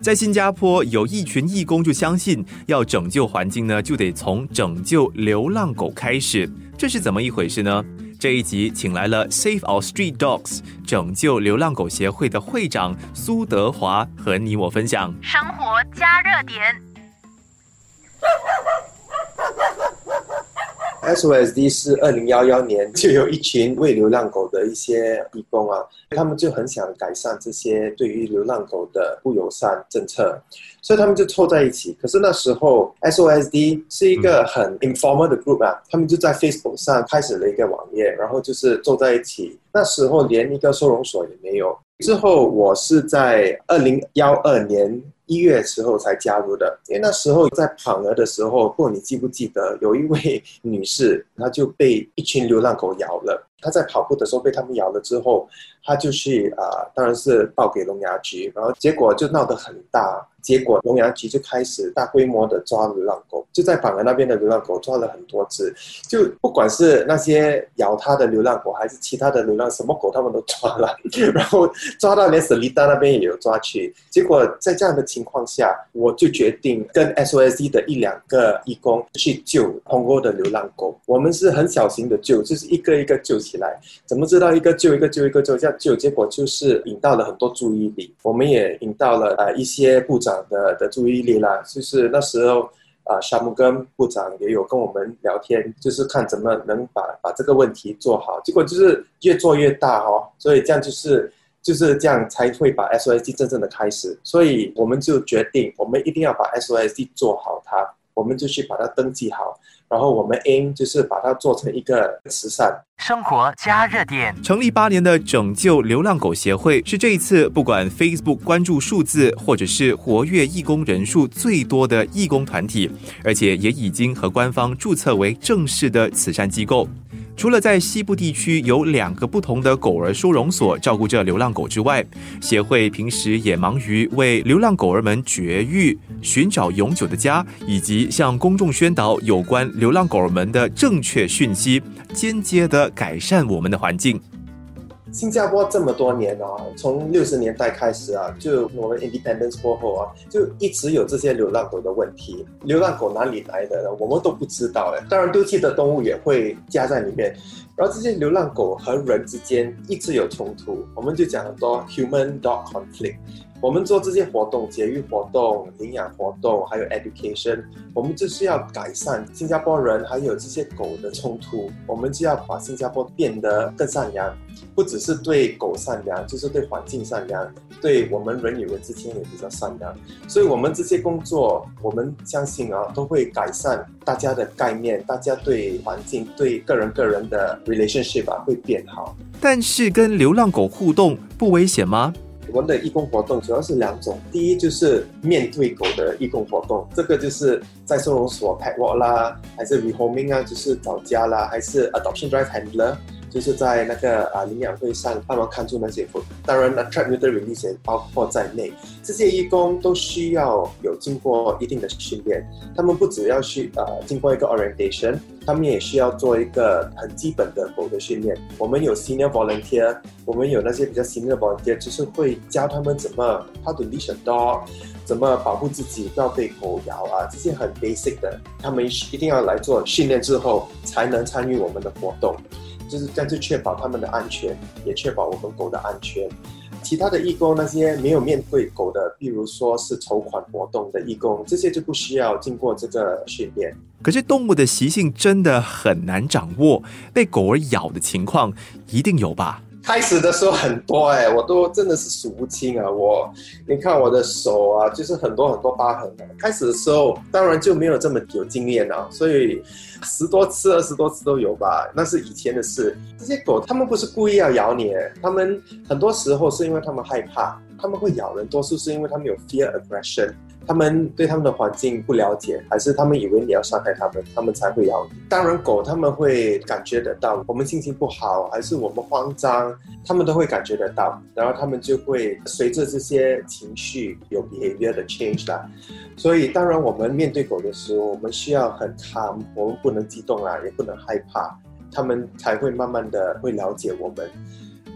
在新加坡，有一群义工就相信，要拯救环境呢，就得从拯救流浪狗开始。这是怎么一回事呢？这一集请来了 Save Our Street Dogs 拯救流浪狗协会的会长苏德华和你我分享生活加热点。 SOSD 是2011年就有一群为流浪狗的一些义工啊，他们就很想改善这些对于流浪狗的不友善政策，所以他们就凑在一起。可是那时候 SOSD 是一个很 informal 的 group 啊，他们就在 Facebook 上开始了一个网页，然后就是凑在一起。那时候连一个收容所也没有。之后我是在2012年1月时候才加入的，因为那时候在跑鹅的时候，不知道你记不记得，有一位女士，她就被一群流浪狗咬了。她在跑步的时候被他们咬了之后，她就去当然是报给聋哑局，然后结果就闹得很大。结果聋哑局就开始大规模的抓流浪狗，就在榜鹅那边的流浪狗抓了很多只，就不管是那些咬它的流浪狗还是其他的流浪，什么狗他们都抓了，然后抓到连Seletar那边也有抓去。结果在这样的情况下，我就决定跟 SOSD 的1-2个义工去救 Pongo 的流浪狗。我们是很小心的救，就是一个一个救起来。怎么知道一个救一个救一个救这样救？结果就是引到了很多注意力，我们也引到了一些部长的注意力啦。就是那时候沙木根部长也有跟我们聊天，就是看怎么能把这个问题做好。结果就是越做越大哦，所以这样就是这样才会把 SOSD 真正的开始。所以我们就决定，我们一定要把 SOSD 做好它，我们就去把它登记好。然后我们 aim 就是把它做成一个慈善。 生活加热点。 成立8年的拯救流浪狗协会是这一次不管 Facebook 关注数字或者是活跃义工人数最多的义工团体，而且也已经和官方注册为正式的慈善机构。除了在西部地区有2个不同的狗儿收容所照顾着流浪狗之外，协会平时也忙于为流浪狗儿们绝育、寻找永久的家，以及向公众宣导有关流浪狗儿们的正确讯息，间接的改善我们的环境。 新加坡这么多年从60年代开始就我们 independence 过后就一直有这些流浪狗的问题。流浪狗哪里来的呢？我们都不知道。当然丢弃的动物也会加在里面，然后这些流浪狗和人之间一直有冲突，我们就讲很多 human-dog conflict。我们做这些活动，节育活动、领养活动，还有 education， 我们就是要改善新加坡人还有这些狗的冲突。我们就要把新加坡变得更善良，不只是对狗善良，就是对环境善良，对我们人与人之间也比较善良。所以我们这些工作，我们相信都会改善大家的概念，大家对环境、对个人的 relationship 会变好。 但是跟流浪狗互动不危险吗？ 我们的义工活动主要是2种，第一就是面对狗的义工活动，这个就是在收容所 pet walk 啦，还是 rehoming 就是找家啦，还是 adoption drive handler， 就是在那个领养会上帮忙看住那些狗。当然 trap neuter release 也包括在内。这些义工都需要有经过一定的训练，他们不只要去经过一个 orientation， 他们也需要做一个很基本的狗的训练。我们有 senior volunteer， 我们有那些比较 senior volunteer， 就是会教他们怎么 how to leash a dog， 怎么保护自己不要被狗咬这些很 basic 的，他们一定要来做训练之后才能参与我们的活动，就是这样就确保他们的安全，也确保我们狗的安全。其他的义工，那些没有面对狗的，比如说是筹款活动的义工，这些就不需要经过这个训练。 可是动物的习性真的很难掌握，被狗儿咬的情况一定有吧？ 开始的时候很多我都真的是数不清你看我的手就是很多疤痕开始的时候当然就没有这么有经验所以10多次20多次都有吧，那是以前的事。这些狗他们不是故意要咬你，他们很多时候是因为他们害怕，他们会咬人，多数是因为他们有 fear aggression，他们对他们的环境不了解，还是他们以为你要伤害他们，他们才会咬你。当然狗他们会感觉得到我们心情不好，还是我们慌张，他们都会感觉得到，然后他们就会随着这些情绪有 behavior 的 change 啦。所以当然我们面对狗的时候，我们需要很 calm， 我们不能激动也不能害怕，他们才会慢慢的会了解我们。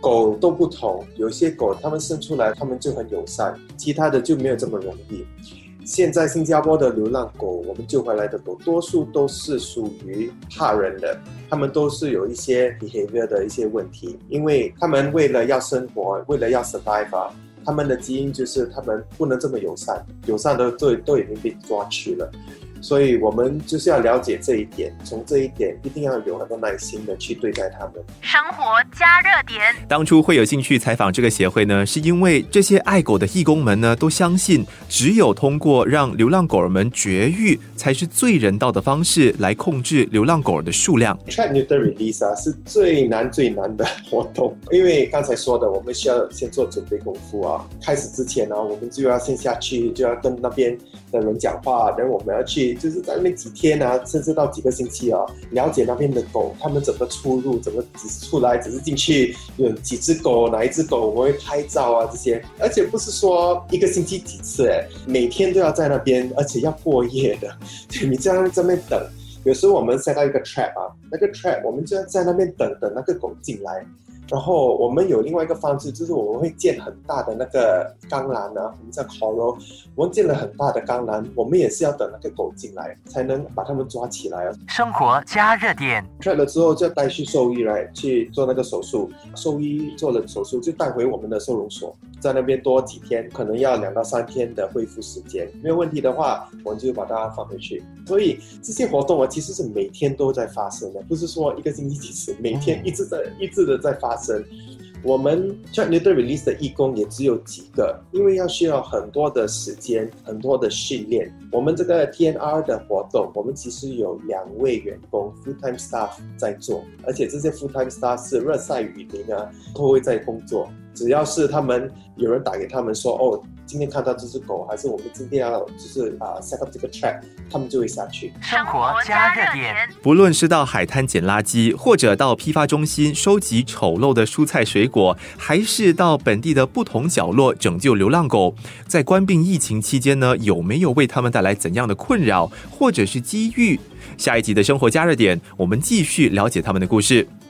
狗都不同，有些狗它们生出来它们就很友善，其他的就没有这么容易。现在新加坡的流浪狗，我们救回来的狗多数都是属于怕人的，他们都是有一些 behavior 的一些问题，因为他们为了要生活，为了要 survive 啊，他们的基因就是他们不能这么友善，友善的都已经被抓去了。所以我们就是要了解这一点，从这一点一定要有很多耐心的去对待他们。 生活加热点。 当初会有兴趣采访这个协会呢，是因为这些爱狗的义工们呢，都相信只有通过让流浪狗儿们绝育，才是最人道的方式来控制流浪狗儿的数量。 Trap neuter release 啊，是最难的活动，因为刚才说的，我们需要先做准备功夫啊。开始之前呢，我们就要先下去，就要跟那边的人讲话，然后我们要去。就是在那边几天啊，甚至到几个星期啊，了解那边的狗，他们怎么出入，怎么只是出来，只是进去，有几只狗，哪一只狗，我们会拍照啊这些，而且不是说一个星期几次，每天都要在那边，而且要过夜的，你这样在那边等，有时候我们 set 到一个 trap 啊，那个 trap 我们就要在那边等那个狗进来。然后我们有另外一个方式，就是我们会建很大的那个钢栏啊，我们叫 corral， 我们建了很大的钢栏，我们也是要等那个狗进来，才能把它们抓起来啊。 生活加热点。 trap 了之后就带去兽医来去做那个手术，兽医做了手术就带回我们的收容所，在那边多几天，可能要2到3天的恢复时间，没有问题的话，我们就把它放回去。所以这些活动啊，其实是每天都在发生的，不是说一个星期几次，每天一直的在发生。我们 Trap neuter release 的义工也只有几个，因为需要很多的时间，很多的训练。我们这个 TNR 的活动，我们其实有2位员工 full-time staff 在做，而且这些 full-time staff 是日晒雨淋啊，都会在工作。只要是他们有人打给他们说，哦，今天看到这只狗，还是我们今天要就是set up 这个 trap， 他们就会下去。 生活加热点。 不论是到海滩捡垃圾，或者到批发中心收集丑陋的蔬菜水果，还是到本地的不同角落拯救流浪狗，在冠病疫情期间呢，有没有为他们带来怎样的困扰或者是机遇？下一集的生活加热点，我们继续了解他们的故事。